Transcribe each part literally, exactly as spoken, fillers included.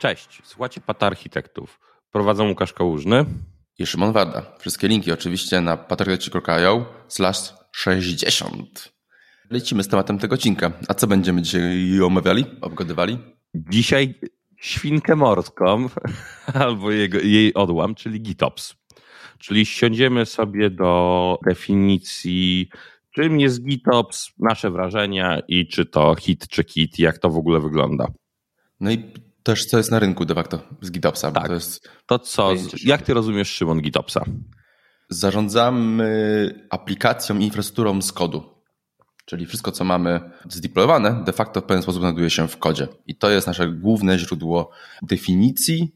Cześć, słuchajcie Pata Architektów. Prowadzą Łukasz Kałużny i Szymon Warda. Wszystkie linki oczywiście na patarchitekci kropka i o slash sześćdziesiąt. Lecimy z tematem tego odcinka. A co będziemy dzisiaj omawiali, obgadywali? Dzisiaj świnkę morską albo jego, jej odłam, czyli GitOps. Czyli siądziemy sobie do definicji, czym jest GitOps, nasze wrażenia i czy to hit czy kit, jak to w ogóle wygląda. No i też co jest na rynku de facto z GitOpsa. Tak, to, jest to co, jak ty rozumiesz, Szymon, GitOpsa? Zarządzamy aplikacją i infrastrukturą z kodu. Czyli wszystko, co mamy zdeployowane, de facto w pewien sposób znajduje się w kodzie. I to jest nasze główne źródło definicji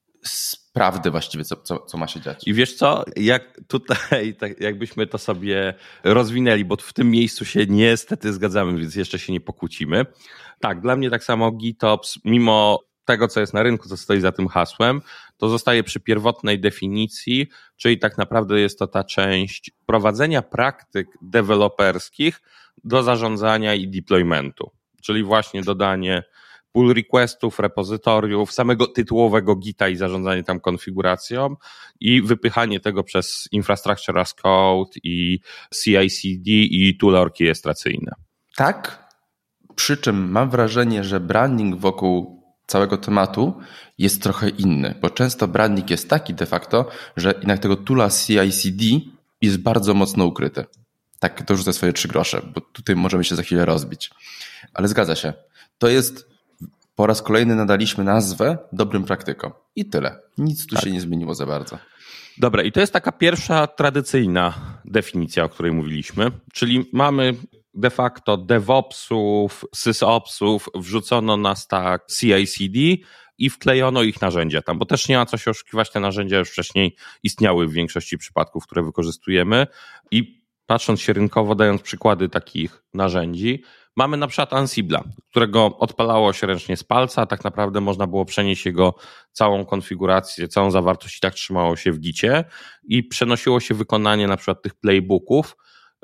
z prawdy właściwie, co, co, co ma się dziać. I wiesz co, jak tutaj, tak jakbyśmy to sobie rozwinęli, bo w tym miejscu się niestety zgadzamy, więc jeszcze się nie pokłócimy. Tak, dla mnie tak samo GitOps, mimo tego, co jest na rynku, co stoi za tym hasłem, to zostaje przy pierwotnej definicji, czyli tak naprawdę jest to ta część prowadzenia praktyk deweloperskich do zarządzania i deploymentu, czyli właśnie dodanie pull requestów, repozytoriów, samego tytułowego Gita i zarządzanie tam konfiguracją i wypychanie tego przez Infrastructure as Code i C I C D i tool orkiestracyjne. Tak, przy czym mam wrażenie, że branding wokół całego tematu jest trochę inny, bo często branding jest taki de facto, że jednak tego toola C I C D jest bardzo mocno ukryty. Tak, to rzucę swoje trzy grosze, bo tutaj możemy się za chwilę rozbić. Ale zgadza się. To jest, po raz kolejny nadaliśmy nazwę dobrym praktykom. I tyle. Nic tu tak się nie zmieniło za bardzo. Dobra, i to jest taka pierwsza tradycyjna definicja, o której mówiliśmy, czyli mamy de facto DevOpsów, SysOpsów, wrzucono na stack C I C D i wklejono ich narzędzia tam, bo też nie ma co się oszukiwać, te narzędzia już wcześniej istniały w większości przypadków, które wykorzystujemy i patrząc się rynkowo, dając przykłady takich narzędzi, mamy na przykład Ansible'a, którego odpalało się ręcznie z palca, a tak naprawdę można było przenieść jego całą konfigurację, całą zawartość i tak trzymało się w gicie i przenosiło się wykonanie na przykład tych playbooków,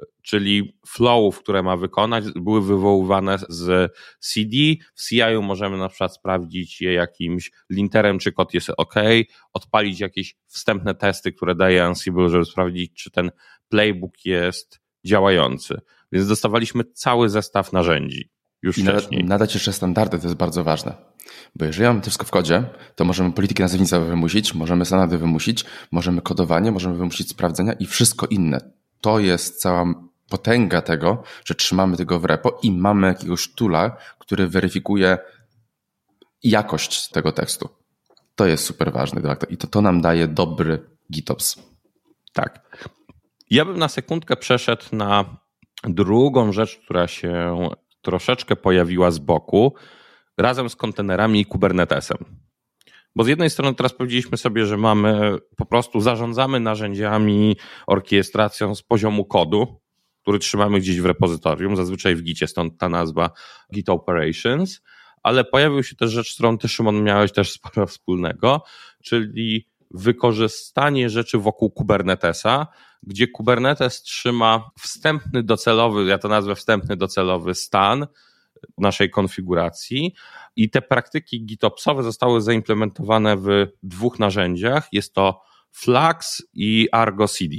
czyli flowów, które ma wykonać, były wywoływane z C D. W C I u możemy na przykład sprawdzić je jakimś linterem, czy kod jest OK, odpalić jakieś wstępne testy, które daje Ansible, żeby sprawdzić, czy ten playbook jest działający. Więc dostawaliśmy cały zestaw narzędzi już I wcześniej. I nadać jeszcze standardy, to jest bardzo ważne. Bo jeżeli mamy to wszystko w kodzie, to możemy polityki nazewnictwa wymusić, możemy standardy wymusić, możemy kodowanie, możemy wymusić sprawdzenia i wszystko inne. To jest cała potęga tego, że trzymamy tego w repo i mamy jakiegoś toola, który weryfikuje jakość tego tekstu. To jest super ważne i to, to nam daje dobry GitOps. Tak. Ja bym na sekundkę przeszedł na drugą rzecz, która się troszeczkę pojawiła z boku, razem z kontenerami i Kubernetesem. Bo z jednej strony teraz powiedzieliśmy sobie, że mamy, po prostu zarządzamy narzędziami, orkiestracją z poziomu kodu, który trzymamy gdzieś w repozytorium, zazwyczaj w Gicie, stąd ta nazwa Git Operations, ale pojawił się też rzecz, z którą ty, Szymon, miałeś też sporo wspólnego, czyli wykorzystanie rzeczy wokół Kubernetesa, gdzie Kubernetes trzyma wstępny docelowy, ja to nazwę wstępny docelowy stan naszej konfiguracji i te praktyki GitOpsowe zostały zaimplementowane w dwóch narzędziach. Jest to Flux i Argo C D.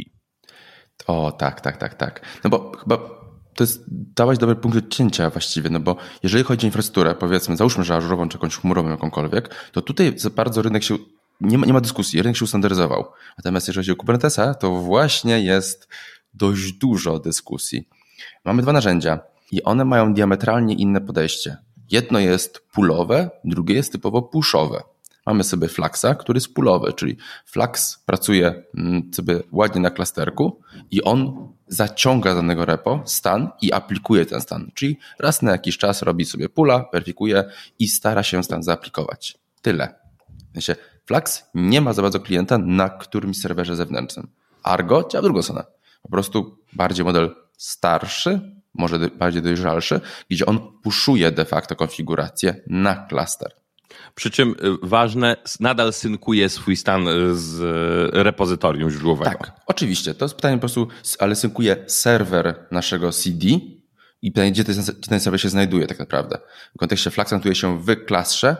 O, tak, tak, tak, tak. No bo chyba to jest dawać dobry punkt odcięcia właściwie, no bo jeżeli chodzi o infrastrukturę, powiedzmy, załóżmy, że ażurową czy jakąś chmurową jakąkolwiek, to tutaj za bardzo rynek się, nie ma, nie ma dyskusji, rynek się ustandaryzował. Natomiast jeżeli chodzi o Kubernetesa, to właśnie jest dość dużo dyskusji. Mamy dwa narzędzia i one mają diametralnie inne podejście. Jedno jest pullowe, drugie jest typowo pushowe. Mamy sobie Fluxa, który jest pullowy, czyli Flux pracuje sobie ładnie na klasterku i on zaciąga danego repo stan i aplikuje ten stan. Czyli raz na jakiś czas robi sobie pulla, weryfikuje i stara się stan zaaplikować. Tyle. W sensie Flux nie ma za bardzo klienta na którymś serwerze zewnętrznym. Argo działa w drugą stronę. Po prostu bardziej model starszy, może bardziej dojrzalszy, gdzie on puszuje de facto konfigurację na klaster. Przy czym ważne, nadal synkuje swój stan z repozytorium źródłowego. Tak, oczywiście. To jest pytanie po prostu, ale synkuje serwer naszego C D i pytanie, gdzie ten, gdzie ten serwer się znajduje tak naprawdę. W kontekście Fluxa znajduje się w klastrze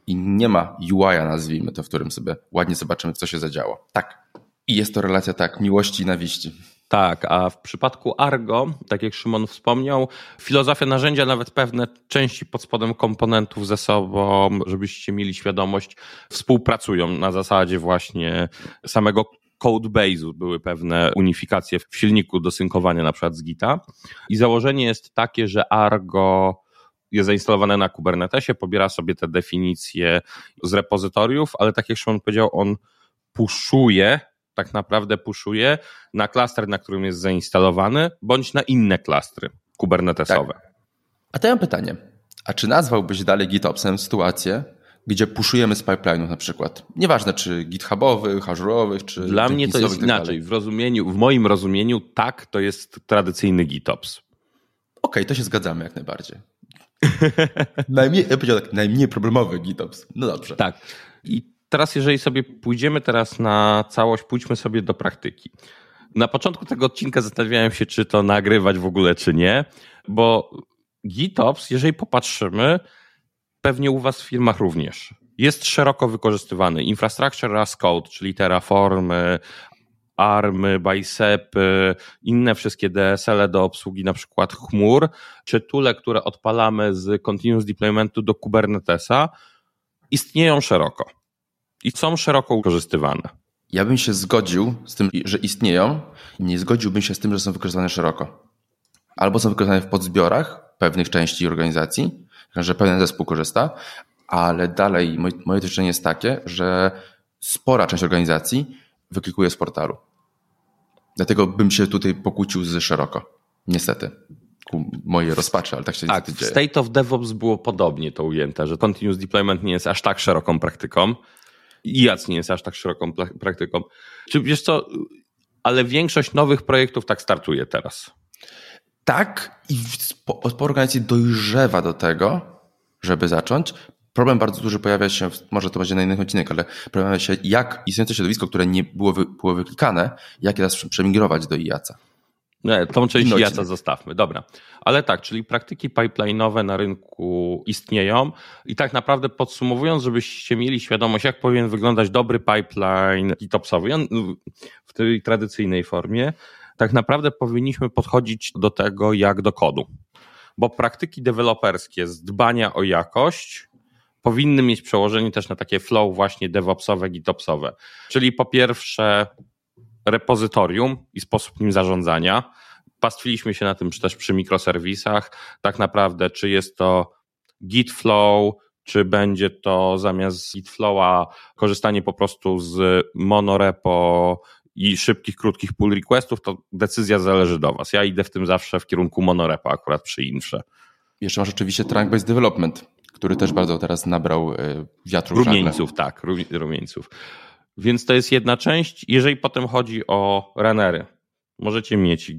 i nie ma U I a, nazwijmy to, w którym sobie ładnie zobaczymy, co się zadziało. Tak. I jest to relacja tak, miłości i nienawiści. Tak, a w przypadku Argo, tak jak Szymon wspomniał, filozofia narzędzia, nawet pewne części pod spodem komponentów ze sobą, żebyście mieli świadomość, współpracują na zasadzie właśnie samego codebase'u. Były pewne unifikacje w silniku do synkowania na przykład z Gita. I założenie jest takie, że Argo jest zainstalowane na Kubernetesie, pobiera sobie te definicje z repozytoriów, ale tak jak Szymon powiedział, on puszuje, tak naprawdę puszuje na klaster, na którym jest zainstalowany, bądź na inne klastry kubernetesowe. Tak. A to ja mam pytanie. A czy nazwałbyś dalej GitOpsem sytuację, gdzie puszujemy z pipeline'ów na przykład? Nieważne, czy GitHubowych, Azure'owych, czy Dla mnie to jest tak inaczej. W rozumieniu, w moim rozumieniu tak, to jest tradycyjny GitOps. Okej, okay, to się zgadzamy jak najbardziej. najmniej, ja powiedział tak, najmniej problemowy GitOps. No dobrze. Tak. I teraz jeżeli sobie pójdziemy teraz na całość, pójdźmy sobie do praktyki. Na początku tego odcinka zastanawiałem się, czy to nagrywać w ogóle, czy nie, bo GitOps, jeżeli popatrzymy, pewnie u was w firmach również, jest szeroko wykorzystywany. Infrastructure as code, czyli Terraformy, Army, Bicepy, inne wszystkie D S L-e do obsługi na przykład chmur, czy tule, które odpalamy z Continuous Deploymentu do Kubernetesa, istnieją szeroko i są szeroko wykorzystywane. Ja bym się zgodził z tym, że istnieją, nie zgodziłbym się z tym, że są wykorzystywane szeroko. Albo są wykorzystane w podzbiorach pewnych części organizacji, że pewien zespół korzysta, ale dalej moje doświadczenie jest takie, że spora część organizacji wyklikuje z portalu. Dlatego bym się tutaj pokłócił z szeroko. Niestety. Ku mojej rozpaczy, ale tak się tak, niestety dzieje. dzieje. W State of DevOps było podobnie to ujęte, że Continuous Deployment nie jest aż tak szeroką praktyką. I I A C nie jest aż tak szeroką praktyką. Czy wiesz co, ale większość nowych projektów tak startuje teraz. Tak, i sporo organizacji dojrzewa do tego, żeby zacząć. Problem bardzo duży pojawia się, może to będzie na inny odcinek, ale pojawia się, jak istniejące środowisko, które nie było, wy, było wyklikane, jak teraz przemigrować do I A C a. Nie, tą część I A C a zostawmy, dobra. Ale tak, czyli praktyki pipeline'owe na rynku istnieją i tak naprawdę podsumowując, żebyście mieli świadomość, jak powinien wyglądać dobry pipeline GitOpsowy w tej tradycyjnej formie, tak naprawdę powinniśmy podchodzić do tego jak do kodu, bo praktyki deweloperskie z dbania o jakość powinny mieć przełożenie też na takie flow właśnie DevOpsowe, GitOpsowe, czyli po pierwsze repozytorium i sposób nim zarządzania. Pastwiliśmy się na tym czy też przy mikroserwisach. Tak naprawdę, czy jest to Git Flow, czy będzie to zamiast Git Flowa korzystanie po prostu z monorepo i szybkich, krótkich pull requestów, to decyzja zależy do was. Ja idę w tym zawsze w kierunku monorepo akurat przy infrze. Jeszcze masz oczywiście trunk-based development, który też bardzo teraz nabrał wiatru w żagle. Rumieńców, tak, rumieńców. Więc to jest jedna część. Jeżeli potem chodzi o runnery, możecie mieć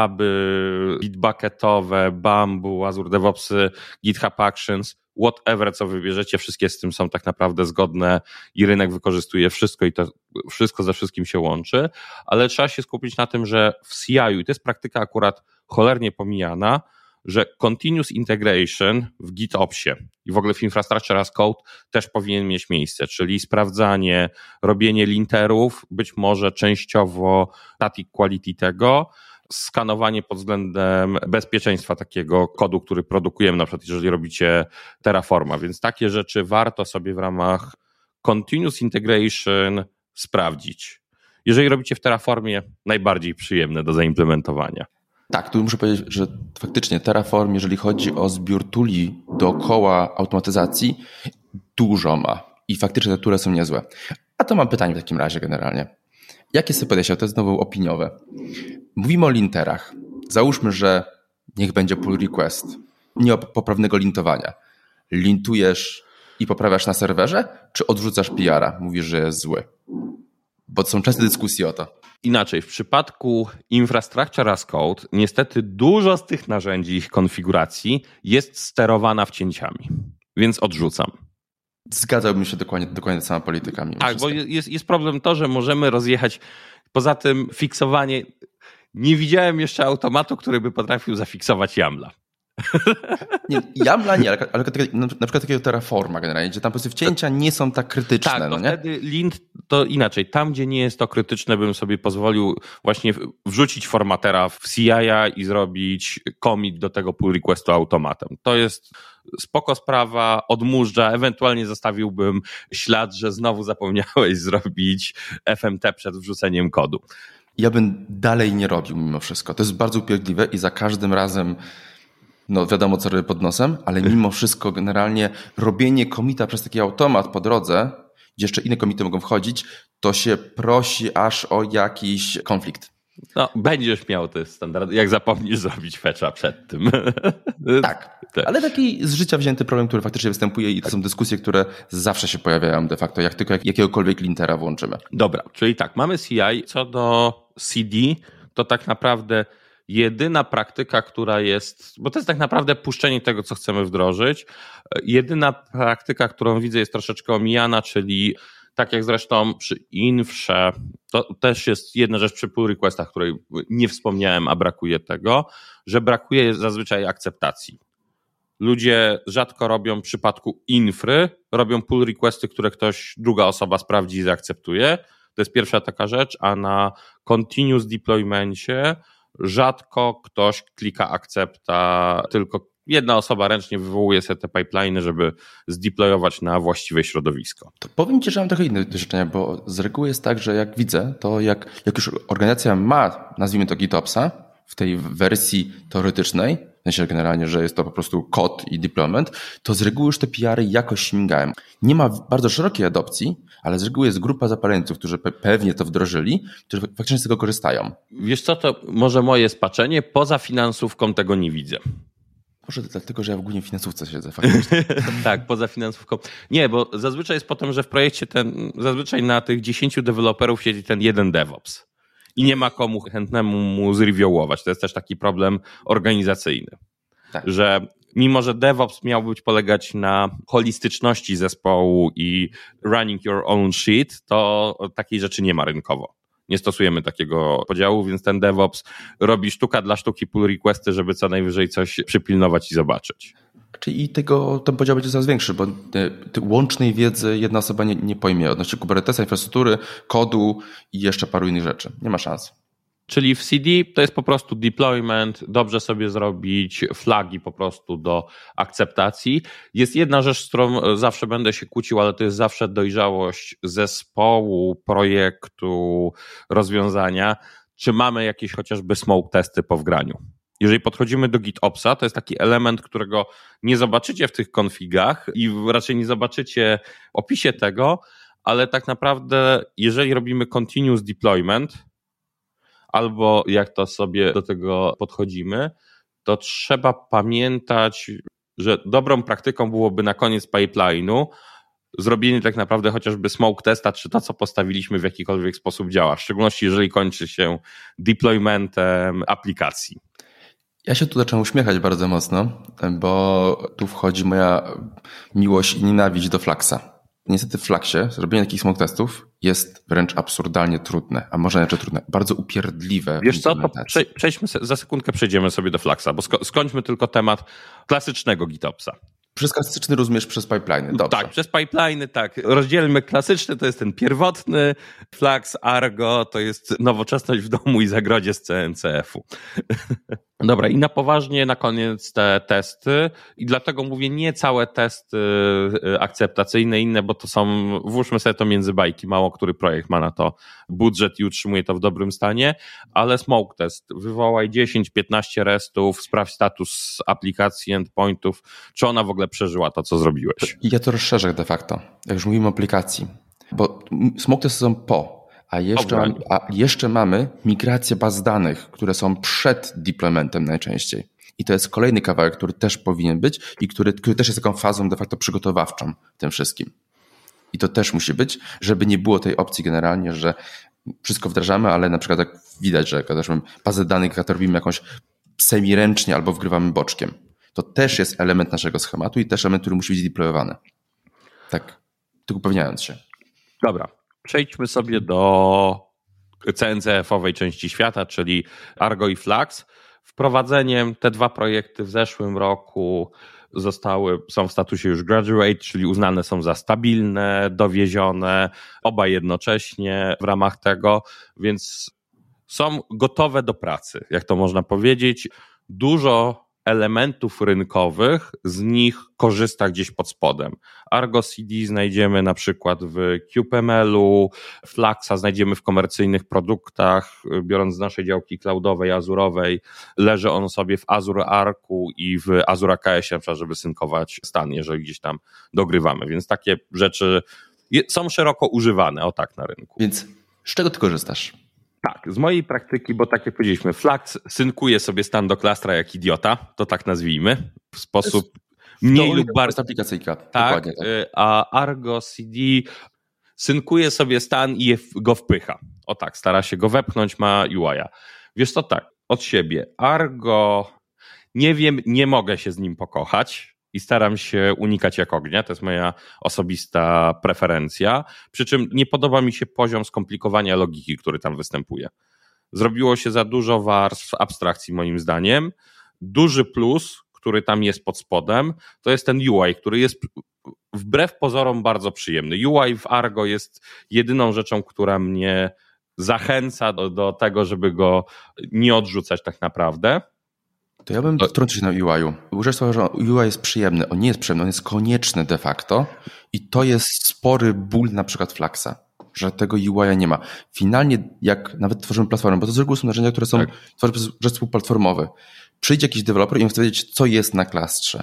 GitLaby, Bitbucketowe, Bamboo, Azure DevOpsy, GitHub Actions, whatever, co wybierzecie, wszystkie z tym są tak naprawdę zgodne i rynek wykorzystuje wszystko i to wszystko ze wszystkim się łączy, ale trzeba się skupić na tym, że w C I u, i to jest praktyka akurat cholernie pomijana, że continuous integration w GitOpsie i w ogóle w Infrastructure as Code też powinien mieć miejsce, czyli sprawdzanie, robienie linterów, być może częściowo static quality tego, skanowanie pod względem bezpieczeństwa takiego kodu, który produkujemy, na przykład jeżeli robicie Terraforma, więc takie rzeczy warto sobie w ramach continuous integration sprawdzić. Jeżeli robicie w Terraformie, najbardziej przyjemne do zaimplementowania. Tak, tu muszę powiedzieć, że faktycznie Terraform, jeżeli chodzi o zbiór tuli dookoła automatyzacji, dużo ma i faktycznie te tule są niezłe. A to mam pytanie w takim razie generalnie. Jakie sobie podejście? To jest znowu opiniowe. Mówimy o linterach. Załóżmy, że niech będzie pull request. Nie o poprawnego lintowania. Lintujesz i poprawiasz na serwerze, czy odrzucasz P R-a? Mówisz, że jest zły. Bo są częste dyskusje o to. Inaczej, w przypadku Infrastructure as Code niestety dużo z tych narzędzi, ich konfiguracji jest sterowana wcięciami, więc odrzucam. Zgadzałbym się dokładnie, dokładnie sama polityka. Tak, bo jest, jest problem to, że możemy rozjechać, poza tym fiksowanie, nie widziałem jeszcze automatu, który by potrafił zafiksować YAMLa. Nie, YAMLa nie, ale, ale na przykład takiego Terraforma generalnie, gdzie tam po prostu wcięcia nie są tak krytyczne. Tak, no to nie? wtedy lint to inaczej. Tam, gdzie nie jest to krytyczne, bym sobie pozwolił właśnie wrzucić formatera w C I a i zrobić commit do tego pull requestu automatem. To jest spoko sprawa, odmurza, ewentualnie zostawiłbym ślad, że znowu zapomniałeś zrobić F M T przed wrzuceniem kodu. Ja bym dalej nie robił mimo wszystko. To jest bardzo upierdliwe i za każdym razem no wiadomo co robię pod nosem, ale mimo wszystko generalnie robienie commita przez taki automat po drodze, gdzie jeszcze inne commity mogą wchodzić, to się prosi aż o jakiś konflikt. No, będziesz miał te standardy, jak zapomnisz zrobić fetcha przed tym. Tak, ale taki z życia wzięty problem, który faktycznie występuje i to są dyskusje, które zawsze się pojawiają de facto, jak tylko jakiegokolwiek lintera włączymy. Dobra, czyli tak, mamy C I. Co do C D, to tak naprawdę jedyna praktyka, która jest, bo to jest tak naprawdę puszczenie tego, co chcemy wdrożyć. Jedyna praktyka, którą widzę, jest troszeczkę omijana, czyli tak jak zresztą przy Infrze, to też jest jedna rzecz przy pull requestach, której nie wspomniałem, a brakuje tego, że brakuje zazwyczaj akceptacji. Ludzie rzadko robią w przypadku infry, robią pull requesty, które ktoś, druga osoba sprawdzi i zaakceptuje. To jest pierwsza taka rzecz, a na continuous deploymencie rzadko ktoś klika akcepta, tylko jedna osoba ręcznie wywołuje sobie te pipeliny, żeby zdeployować na właściwe środowisko. To powiem Ci, że mam trochę inne doświadczenia, bo z reguły jest tak, że jak widzę, to jak, jak już organizacja ma, nazwijmy to GitOpsa, w tej wersji teoretycznej, w sensie generalnie, że jest to po prostu kod i deployment, to z reguły już te P R y jakoś śmigają. Nie ma bardzo szerokiej adopcji, ale z reguły jest grupa zapaleńców, którzy pe- pewnie to wdrożyli, którzy faktycznie z tego korzystają. Wiesz co, to może moje spaczenie, poza finansówką tego nie widzę. Może dlatego, że ja w głównie w finansówce siedzę faktycznie. Tak, poza finansówką. Nie, bo zazwyczaj jest potem, że w projekcie ten, zazwyczaj na tych dziesięciu deweloperów siedzi ten jeden DevOps i nie ma komu chętnemu mu zreviewować. To jest też taki problem organizacyjny, tak. Że mimo, że DevOps miał być polegać na holistyczności zespołu i running your own shit, to takiej rzeczy nie ma rynkowo. Nie stosujemy takiego podziału, więc ten DevOps robi sztuka dla sztuki pull requesty, żeby co najwyżej coś przypilnować i zobaczyć. Czyli tego, ten podział będzie coraz większy, bo tej łącznej wiedzy jedna osoba nie, nie pojmie odnośnie Kubernetesa, infrastruktury, kodu i jeszcze paru innych rzeczy. Nie ma szans. Czyli w C D to jest po prostu deployment, dobrze sobie zrobić flagi po prostu do akceptacji. Jest jedna rzecz, z którą zawsze będę się kłócił, ale to jest zawsze dojrzałość zespołu, projektu, rozwiązania. Czy mamy jakieś chociażby smoke testy po wgraniu? Jeżeli podchodzimy do GitOpsa, to jest taki element, którego nie zobaczycie w tych konfigach i raczej nie zobaczycie w opisie tego, ale tak naprawdę jeżeli robimy continuous deployment, albo jak to sobie do tego podchodzimy, to trzeba pamiętać, że dobrą praktyką byłoby na koniec pipeline'u zrobienie tak naprawdę chociażby smoke testa, czy to, co postawiliśmy w jakikolwiek sposób działa, w szczególności jeżeli kończy się deploymentem aplikacji. Ja się tu zacząłem uśmiechać bardzo mocno, bo tu wchodzi moja miłość i nienawiść do Flaxa. Niestety w Fluxie zrobienie takich smoke testów jest wręcz absurdalnie trudne, a może jeszcze trudne, bardzo upierdliwe. Wiesz co, to przejdźmy, za sekundkę przejdziemy sobie do Fluxa, bo sko- skończmy tylko temat klasycznego GitOpsa. Przez klasyczny rozumiesz przez pipeliny, dobrze. Tak, przez pipeliny, tak. Rozdzielmy klasyczny, to jest ten pierwotny, Flux, Argo, to jest nowoczesność w domu i zagrodzie z C N C F-u. Dobra, i na poważnie na koniec te testy i dlatego mówię nie całe testy akceptacyjne, inne, bo to są, włóżmy sobie to między bajki, mało który projekt ma na to budżet i utrzymuje to w dobrym stanie, ale smoke test, wywołaj dziesięć piętnaście restów, sprawdź status aplikacji, endpointów, czy ona w ogóle przeżyła to, co zrobiłeś. I ja to rozszerzę de facto, jak już mówimy o aplikacji, bo smoke testy są po, a jeszcze, a jeszcze mamy migrację baz danych, które są przed deploymentem najczęściej. I to jest kolejny kawałek, który też powinien być i który, który też jest taką fazą de facto przygotowawczą w tym wszystkim. I to też musi być, żeby nie było tej opcji generalnie, że wszystko wdrażamy, ale na przykład jak widać, że bazę danych robimy jakąś semiręcznie albo wgrywamy boczkiem. To też jest element naszego schematu i też element, który musi być deployowany. Tak, tylko upewniając się. Dobra, przejdźmy sobie do C N C F-owej części świata, czyli Argo i Flux. wprowadzeniem te dwa projekty w zeszłym roku zostały, są w statusie już graduate, czyli uznane są za stabilne, dowiezione, oba jednocześnie w ramach tego, więc są gotowe do pracy, jak to można powiedzieć. Dużo elementów rynkowych z nich korzysta gdzieś pod spodem. Argo C D znajdziemy na przykład w kubeML-u, Fluxa znajdziemy w komercyjnych produktach, biorąc z naszej działki cloudowej, azurowej, leży on sobie w Azure Arcu i w Azure A K S-ie, na przykład, żeby synkować stan, jeżeli gdzieś tam dogrywamy, więc takie rzeczy są szeroko używane, o tak, na rynku. Więc z czego ty korzystasz? Tak, z mojej praktyki, bo tak jak powiedzieliśmy, Flux synkuje sobie stan do klastra jak idiota, to tak nazwijmy, w sposób mniej lub bardziej aplikacyjka. tak, tak, a Argo C D synkuje sobie stan i je, go wpycha. O tak, stara się go wepchnąć, ma U I a. Wiesz co, tak, od siebie. Argo, nie wiem, nie mogę się z nim pokochać i staram się unikać jak ognia, to jest moja osobista preferencja, przy czym nie podoba mi się poziom skomplikowania logiki, który tam występuje. Zrobiło się za dużo warstw abstrakcji moim zdaniem. Duży plus, który tam jest pod spodem, to jest ten U I, który jest wbrew pozorom bardzo przyjemny. U I w Argo jest jedyną rzeczą, która mnie zachęca do, do tego, żeby go nie odrzucać tak naprawdę. To ja bym wtrącił się na U I-u. Użyłeś słowa, że U I jest przyjemny. On nie jest przyjemny, on jest konieczny de facto i to jest spory ból na przykład Fluxa, że tego U I nie ma. Finalnie jak nawet tworzymy platformę, bo to z reguły są narzędzia, które są tak. tworzone przez zespół platformowy. Przyjdzie jakiś deweloper i on chce wiedzieć, co jest na klastrze.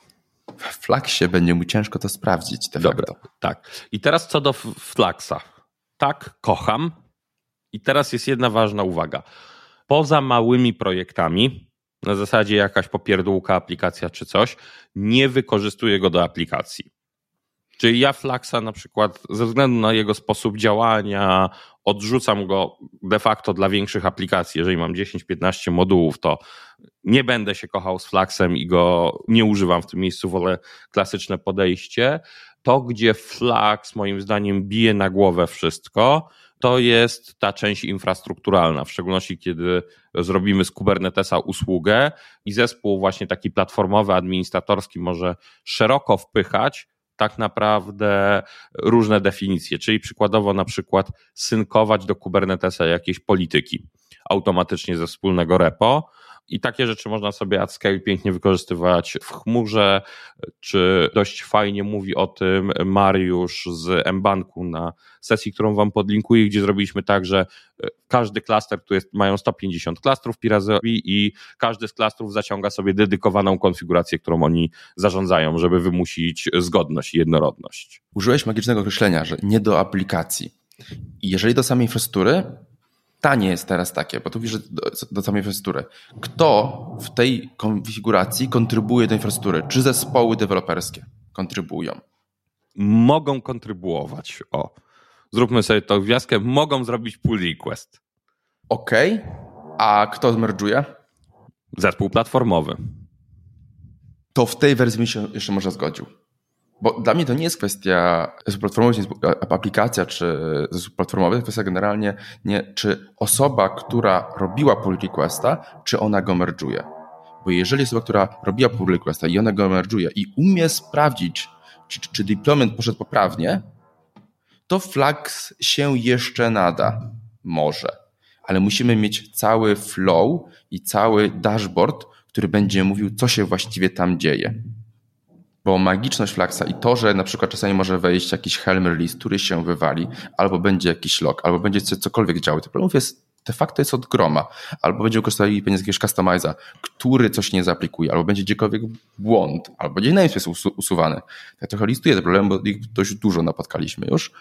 W Fluxie będzie mu ciężko to sprawdzić de facto. Dobra, tak. I teraz co do Fluxa. Tak, kocham. I teraz jest jedna ważna uwaga. Poza małymi projektami, na zasadzie jakaś popierdółka aplikacja czy coś, nie wykorzystuję go do aplikacji. Czyli ja Fluxa na przykład ze względu na jego sposób działania odrzucam go de facto dla większych aplikacji. Jeżeli mam dziesięć piętnaście modułów, to nie będę się kochał z Fluxem i go nie używam w tym miejscu, wolę klasyczne podejście. To, gdzie Flux moim zdaniem bije na głowę wszystko, to jest ta część infrastrukturalna, w szczególności kiedy zrobimy z Kubernetesa usługę i zespół właśnie taki platformowy, administratorski może szeroko wpychać tak naprawdę różne definicje, czyli przykładowo na przykład synkować do Kubernetesa jakieś polityki automatycznie ze wspólnego repo. I takie rzeczy można sobie at scale pięknie wykorzystywać w chmurze, czy dość fajnie mówi o tym Mariusz z mBanku na sesji, którą wam podlinkuję, gdzie zrobiliśmy tak, że każdy klaster, tu jest, mają sto pięćdziesiąt klastrów Pirazowi i każdy z klastrów zaciąga sobie dedykowaną konfigurację, którą oni zarządzają, żeby wymusić zgodność i jednorodność. Użyłeś magicznego określenia, że nie do aplikacji. I jeżeli do samej infrastruktury, tanie jest teraz takie, bo tu wiesz, do, do samej infrastruktury. Kto w tej konfiguracji kontrybuje do infrastruktury? Czy zespoły deweloperskie kontrybują? Mogą kontrybuować. O, zróbmy sobie tą gwiazdkę. Mogą zrobić pull request. Okej. Okay. A kto zmerdżuje? Zespół platformowy. To w tej wersji bym się jeszcze może zgodził. Bo dla mnie to nie jest kwestia zespół platformowy, aplikacja czy zespół platformowy, to jest kwestia generalnie nie, czy osoba, która robiła pull requesta, czy ona go merdżuje. Bo jeżeli osoba, która robiła pull requesta i ona go merdżuje i umie sprawdzić, czy, czy deployment poszedł poprawnie, to Flux się jeszcze nada. Może. Ale musimy mieć cały flow i cały dashboard, który będzie mówił, co się właściwie tam dzieje. Bo magiczność Fluxa i to, że na przykład czasami może wejść jakiś Helm release, który się wywali, albo będzie jakiś log, albo będzie cokolwiek działo. Tych problemów jest, de facto jest od groma. Albo będzie wykorzystali pieniądze jakiegoś customiza, który coś nie zaaplikuje, albo będzie gdziekolwiek błąd, albo będzie inny jest usu- usuwany. Ja trochę listuję te problemy, bo ich dość dużo napotkaliśmy już.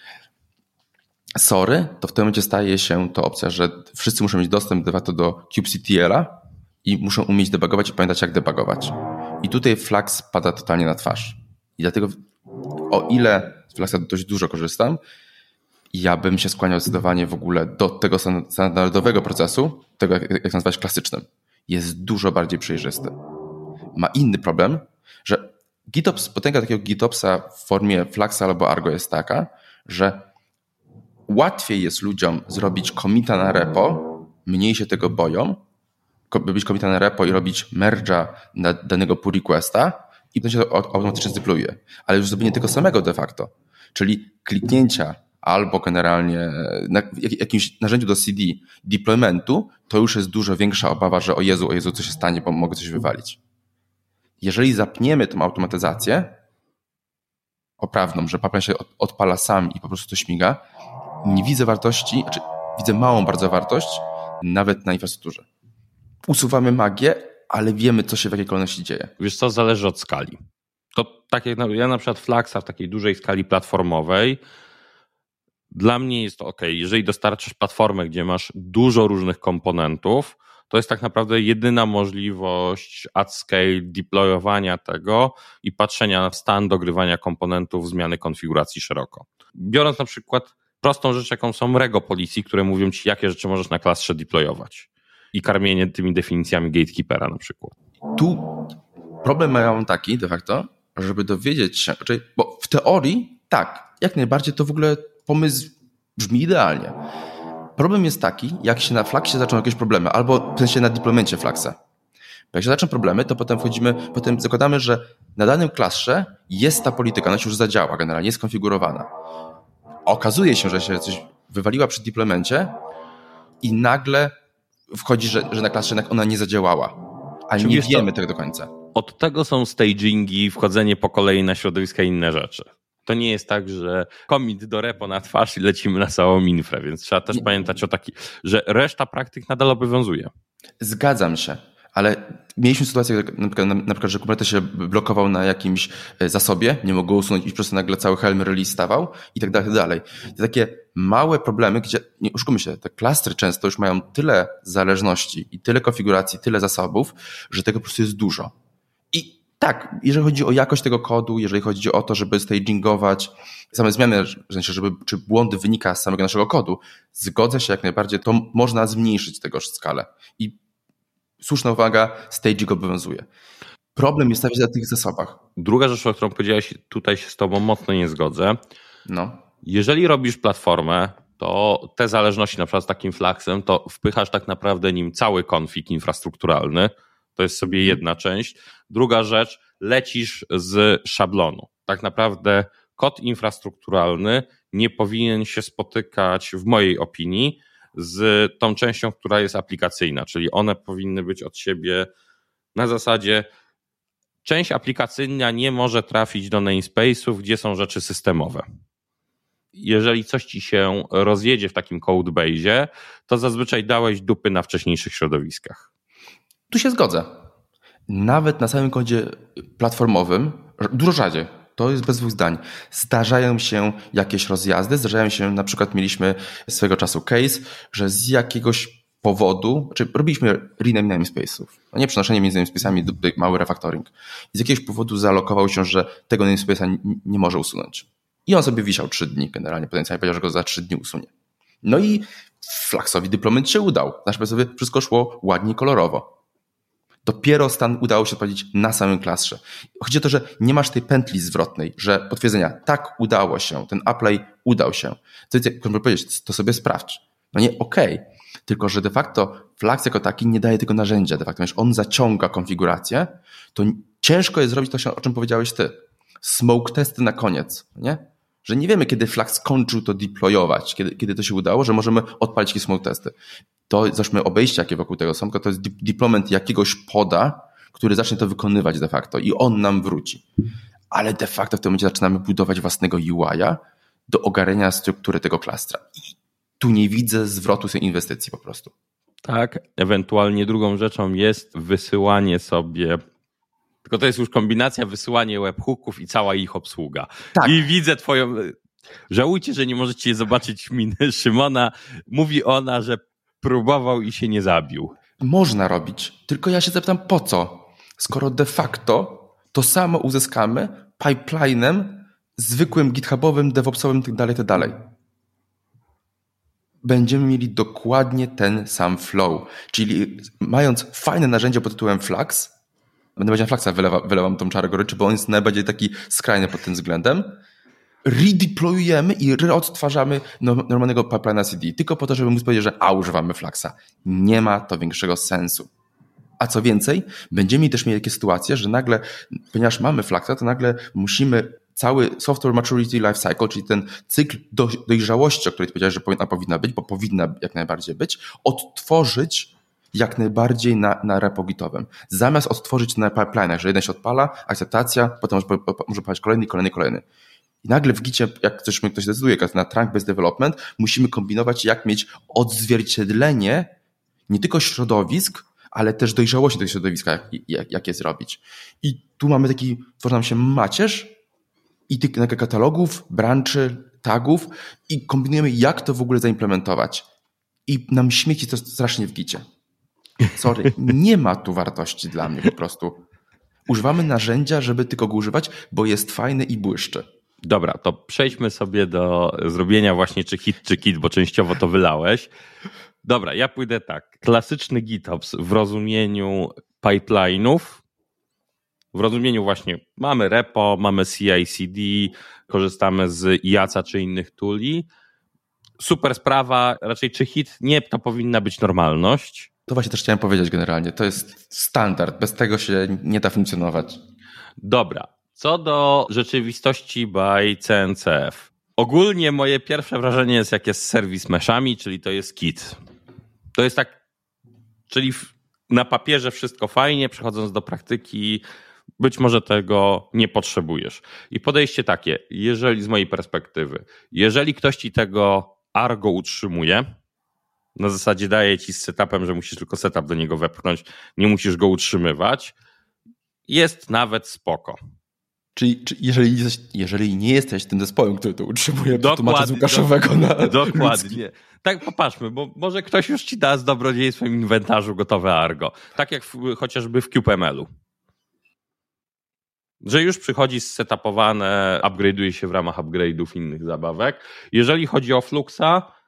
Sorry, to w tym momencie staje się to opcja, że wszyscy muszą mieć dostęp de facto do kubectl-a i muszą umieć debugować i pamiętać, jak debugować. I tutaj Flux pada totalnie na twarz. I dlatego, o ile z Fluxa dość dużo korzystam, ja bym się skłaniał zdecydowanie w ogóle do tego standardowego procesu, tego jak nazwać klasycznym. Jest dużo bardziej przejrzysty. Ma inny problem, że GitOps, potęga takiego GitOpsa w formie Fluxa albo Argo jest taka, że łatwiej jest ludziom zrobić commita na repo, mniej się tego boją, być committem repo i robić merge'a na danego pull requesta i to się automatycznie zdeployuje. Ale już zrobienie tego samego de facto, czyli kliknięcia albo generalnie na jakimś narzędziu do C D deploymentu, to już jest dużo większa obawa, że o Jezu, o Jezu, co się stanie, bo mogę coś wywalić. Jeżeli zapniemy tą automatyzację poprawną, że pipeline się odpala sam i po prostu to śmiga, nie widzę wartości, znaczy widzę małą bardzo wartość nawet na infrastrukturze. Usuwamy magię, ale wiemy, co się w jakiej kolejności dzieje. Wiesz co, zależy od skali. To tak jak ja na przykład Flaxa w takiej dużej skali platformowej, dla mnie jest to ok. Jeżeli dostarczysz platformę, gdzie masz dużo różnych komponentów, to jest tak naprawdę jedyna możliwość at scale deployowania tego i patrzenia na stan dogrywania komponentów, zmiany konfiguracji szeroko. Biorąc na przykład prostą rzecz, jaką są Rego Policy, które mówią ci, jakie rzeczy możesz na klastrze deployować i karmienie tymi definicjami gatekeepera na przykład. Tu problem mają taki de facto, żeby dowiedzieć się, czyli, bo w teorii tak, jak najbardziej to w ogóle pomysł brzmi idealnie. Problem jest taki, jak się na Flaxie zaczną jakieś problemy, albo w sensie na deploymencie Flaxa. Bo jak się zaczną problemy, to potem wchodzimy, potem zakładamy, że na danym klastrze jest ta polityka, ona się już zadziała generalnie, jest skonfigurowana. Okazuje się, że się coś wywaliła przy deploymencie i nagle wchodzi, że, że na klastrze ona nie zadziałała, a nie wiemy tego do końca. Od tego są stagingi, wchodzenie po kolei na środowiska i inne rzeczy. To nie jest tak, że commit do repo na twarz i lecimy na całą infrę, więc trzeba też nie. pamiętać o taki, że reszta praktyk nadal obowiązuje. Zgadzam się, ale mieliśmy sytuację, na przykład, na przykład że Kubernetes się blokował na jakimś zasobie, nie mógł go usunąć i po prostu nagle cały Helm release stawał i tak dalej, tak dalej. To takie małe problemy, gdzie, nie oszukujmy się, te klastry często już mają tyle zależności i tyle konfiguracji, tyle zasobów, że tego po prostu jest dużo. I tak, jeżeli chodzi o jakość tego kodu, jeżeli chodzi o to, żeby stagingować same zmiany, w sensie, żeby, czy błądy wynika z samego naszego kodu, zgodzę się jak najbardziej, to można zmniejszyć tego skalę. I słuszna uwaga, staging obowiązuje. Problem jest stawiać na tych zasobach. Druga rzecz, o którą powiedziałeś, tutaj się z tobą mocno nie zgodzę. No. Jeżeli robisz platformę, to te zależności na przykład z takim Flaxem, to wpychasz tak naprawdę nim cały konfig infrastrukturalny. To jest sobie jedna część. Druga rzecz, lecisz z szablonu. Tak naprawdę kod infrastrukturalny nie powinien się spotykać, w mojej opinii, z tą częścią, która jest aplikacyjna, czyli one powinny być od siebie na zasadzie część aplikacyjna nie może trafić do namespace'ów, gdzie są rzeczy systemowe. Jeżeli coś ci się rozjedzie w takim codebase'ie, to zazwyczaj dałeś dupy na wcześniejszych środowiskach. Tu się zgodzę. Nawet na samym kodzie platformowym, dużo rzadziej, to jest bez dwóch zdań, zdarzają się jakieś rozjazdy, zdarzają się, na przykład mieliśmy swego czasu case, że z jakiegoś powodu, czy robiliśmy rename namespace'ów, no nie przenoszenie między namespace'ami, mały refactoring. I z jakiegoś powodu zaalokował się, że tego namespace'a nie może usunąć. I on sobie wisiał trzy dni generalnie, potencjalnie powiedział, że go za trzy dni usunie. No i Flaxowi deployment się udał. Znaczy sobie wszystko szło ładnie i kolorowo. Dopiero stan udało się odpalić na samym klastrze. Chodzi o to, że nie masz tej pętli zwrotnej, że potwierdzenia, tak udało się, ten apply udał się. To, jak powiedzieć, to sobie sprawdź. No nie, okej. Okay. Tylko, że de facto Flax jako taki nie daje tego narzędzia. De facto, wiesz, on zaciąga konfigurację, to ciężko jest zrobić to, o czym powiedziałeś ty. Smoke testy na koniec, nie? Że nie wiemy, kiedy Flax skończył to deployować, kiedy, kiedy to się udało, że możemy odpalić jakieś smoke testy. To zresztą obejście, jakie wokół tego są, to jest deployment jakiegoś poda, który zacznie to wykonywać de facto i on nam wróci. Ale de facto w tym momencie zaczynamy budować własnego U I-a do ogarniania struktury tego klastra. I tu nie widzę zwrotu tej inwestycji po prostu. Tak, ewentualnie drugą rzeczą jest wysyłanie sobie, tylko to jest już kombinacja wysyłanie webhooków i cała ich obsługa. Tak. I widzę twoją... Żałujcie, że nie możecie zobaczyć miny Szymona. Mówi ona, że próbował i się nie zabił. Można robić, tylko ja się zapytam po co? Skoro de facto to samo uzyskamy pipelinem zwykłym githubowym, devopsowym itd., itd. Będziemy mieli dokładnie ten sam flow. Czyli mając fajne narzędzie pod tytułem Flax, będę powiedział Flaxa, wylewa, wylewam tą czarę goryczy, bo on jest najbardziej taki skrajny pod tym względem, redeployujemy i reodtwarzamy normalnego pipeline'a C D, tylko po to, żeby móc powiedzieć, że a, używamy Flaxa. Nie ma to większego sensu. A co więcej, będziemy też mieli takie sytuacje, że nagle, ponieważ mamy Fluxa, to nagle musimy cały software maturity life cycle, czyli ten cykl do, dojrzałości, o której powiedziałeś, że powinna, powinna być, bo powinna jak najbardziej być, odtworzyć jak najbardziej na, na repo gitowym. Zamiast odtworzyć na pipeline'ach, że jeden się odpala, akceptacja, potem może, może palić kolejny, kolejny, kolejny. I nagle w gicie, jak ktoś, ktoś decyduje na trunk-based development, musimy kombinować, jak mieć odzwierciedlenie nie tylko środowisk, ale też dojrzałości tego środowiska, jak, jak, jak je zrobić. I tu mamy taki, tworzy nam się macierz i tych katalogów, branchy, tagów i kombinujemy, jak to w ogóle zaimplementować. I nam śmieci to strasznie w gicie. Sorry, nie ma tu wartości dla mnie po prostu. Używamy narzędzia, żeby tylko go używać, bo jest fajny i błyszczy. Dobra, to przejdźmy sobie do zrobienia właśnie czy hit, czy kit, bo częściowo to wylałeś. Dobra, ja pójdę tak. Klasyczny GitOps w rozumieniu pipeline'ów, w rozumieniu właśnie mamy repo, mamy C I C D, korzystamy z I A C A czy innych tooli. Super sprawa, raczej czy hit, nie, to powinna być normalność. To właśnie też chciałem powiedzieć generalnie, to jest standard, bez tego się nie da funkcjonować. Dobra, co do rzeczywistości by C N C F. Ogólnie moje pierwsze wrażenie jest jak jest z service meshami, czyli to jest kit. To jest tak, czyli na papierze wszystko fajnie, przechodząc do praktyki być może tego nie potrzebujesz. I podejście takie, jeżeli z mojej perspektywy, jeżeli ktoś ci tego Argo utrzymuje, na zasadzie daje ci z setupem, że musisz tylko setup do niego wepchnąć, nie musisz go utrzymywać, jest nawet spoko. Czyli, czyli jeżeli, jesteś, jeżeli nie jesteś tym zespołem, który to utrzymuje, to tłumaczę z Łukaszowego na Dokładnie. Ludzki. Tak, popatrzmy, bo może ktoś już ci da z dobrodziejstwem inwentarzu gotowe Argo. Tak jak w, chociażby w kubemlu. Że już przychodzi zsetapowane, upgrade'uje się w ramach upgrade'ów innych zabawek. Jeżeli chodzi o Fluxa,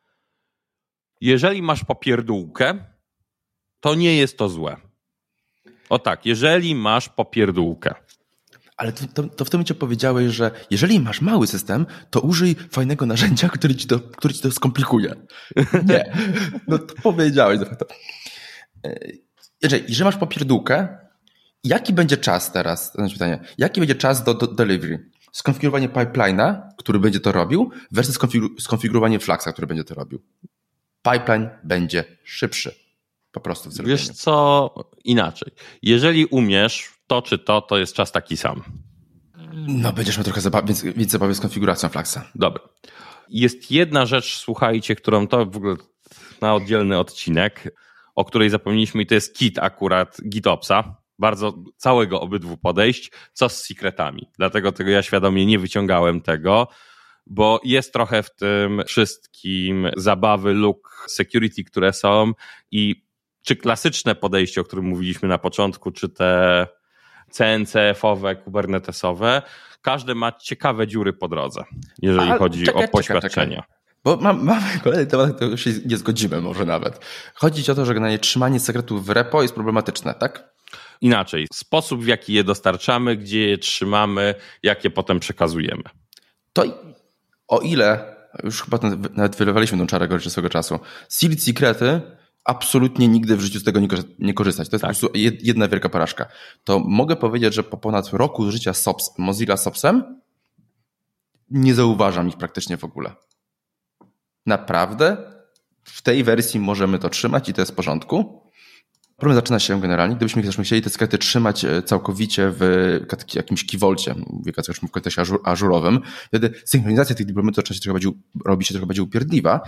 jeżeli masz popierdółkę, to nie jest to złe. O tak, jeżeli masz popierdółkę. Ale to, to, to w tym momencie powiedziałeś, że jeżeli masz mały system, to użyj fajnego narzędzia, który ci to, który ci to skomplikuje. Nie. No to powiedziałeś de facto. Jeżeli, jeżeli masz popierdółkę, jaki będzie czas teraz? To znaczy pytanie, jaki będzie czas do, do delivery? Skonfigurowanie pipeline'a, który będzie to robił, versus skonfigur- skonfigurowanie Fluxa, który będzie to robił. Pipeline będzie szybszy. Po prostu w zrobieniu. Wiesz co, inaczej. Jeżeli umiesz to czy to, to jest czas taki sam. No będziesz miał trochę zabawy, więc, więc zabawy z konfiguracją Fluxa. Dobra. Jest jedna rzecz, słuchajcie, którą to w ogóle na oddzielny odcinek, o której zapomnieliśmy i to jest kit akurat GitOpsa. Bardzo całego obydwu podejść, co z secretami. Dlatego tego ja świadomie nie wyciągałem tego, bo jest trochę w tym wszystkim zabawy luk security, które są i czy klasyczne podejście, o którym mówiliśmy na początku, czy te C N C F-owe, kubernetesowe, każdy ma ciekawe dziury po drodze, jeżeli A, chodzi czekaj, o poświadczenia. Czekaj, czekaj. Bo mam, mamy kolejny temat, to się nie zgodzimy może nawet. Chodzi o to, że generalnie trzymanie sekretów w repo jest problematyczne, tak? Inaczej, sposób w jaki je dostarczamy, gdzie je trzymamy, jak je potem przekazujemy. To o ile, już chyba nawet wylewaliśmy tą czarę goryczy swego czasu, sealed secrety absolutnie nigdy w życiu z tego nie korzystać. To jest tak. Po prostu jedna wielka porażka. To mogę powiedzieć, że po ponad roku życia Sops, Mozilla Sopsem nie zauważam ich praktycznie w ogóle. Naprawdę w tej wersji możemy to trzymać i to jest w porządku. Problem zaczyna się generalnie, gdybyśmy też chcieli te sekrety trzymać całkowicie w jakimś kiwolcie, mówię w kontekście ażurowym, wtedy synchronizacja tych deploymentów robi się trochę bardziej upierdliwa.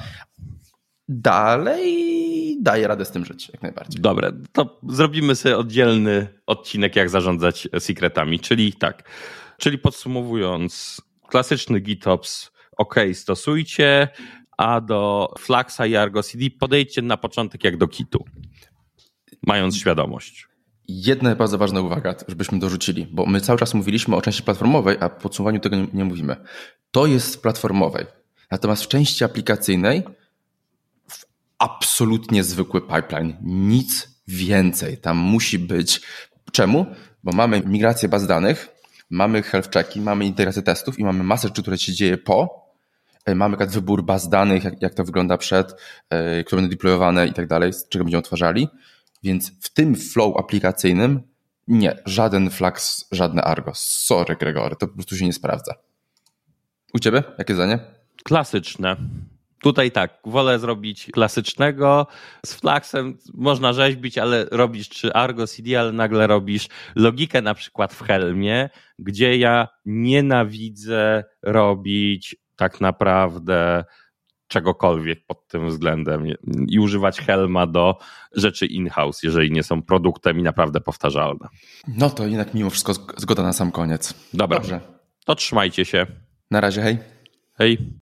Dalej daje radę z tym żyć, jak najbardziej. Dobra, to zrobimy sobie oddzielny odcinek, jak zarządzać secretami, czyli tak, czyli podsumowując, klasyczny GitOps, ok, stosujcie, a do Fluxa i Argo C D podejdźcie na początek jak do kitu, mając świadomość. Jedna bardzo ważna uwaga, żebyśmy dorzucili, bo my cały czas mówiliśmy o części platformowej, a w podsumowaniu tego nie, nie mówimy. To jest w platformowej, natomiast w części aplikacyjnej absolutnie zwykły pipeline. Nic więcej. Tam musi być. Czemu? Bo mamy migrację baz danych, mamy health checki, mamy integrację testów i mamy masę rzeczy, które się dzieje po. Mamy wybór baz danych, jak, jak to wygląda przed, które będą deployowane i tak dalej, z czego będziemy odtwarzali. Więc w tym flow aplikacyjnym nie, żaden Flux, żadne Argo. Sorry, Gregory, to po prostu się nie sprawdza. U ciebie? Jakie zdanie? Klasyczne. Tutaj tak, wolę zrobić klasycznego. Z Fluxem można rzeźbić, ale robisz czy Argo C D, ale nagle robisz logikę na przykład w Helmie, gdzie ja nienawidzę robić tak naprawdę czegokolwiek pod tym względem i używać Helma do rzeczy in-house, jeżeli nie są produktem i naprawdę powtarzalne. No to jednak mimo wszystko zgoda na sam koniec. Dobra, Dobrze. To trzymajcie się. Na razie, hej. Hej.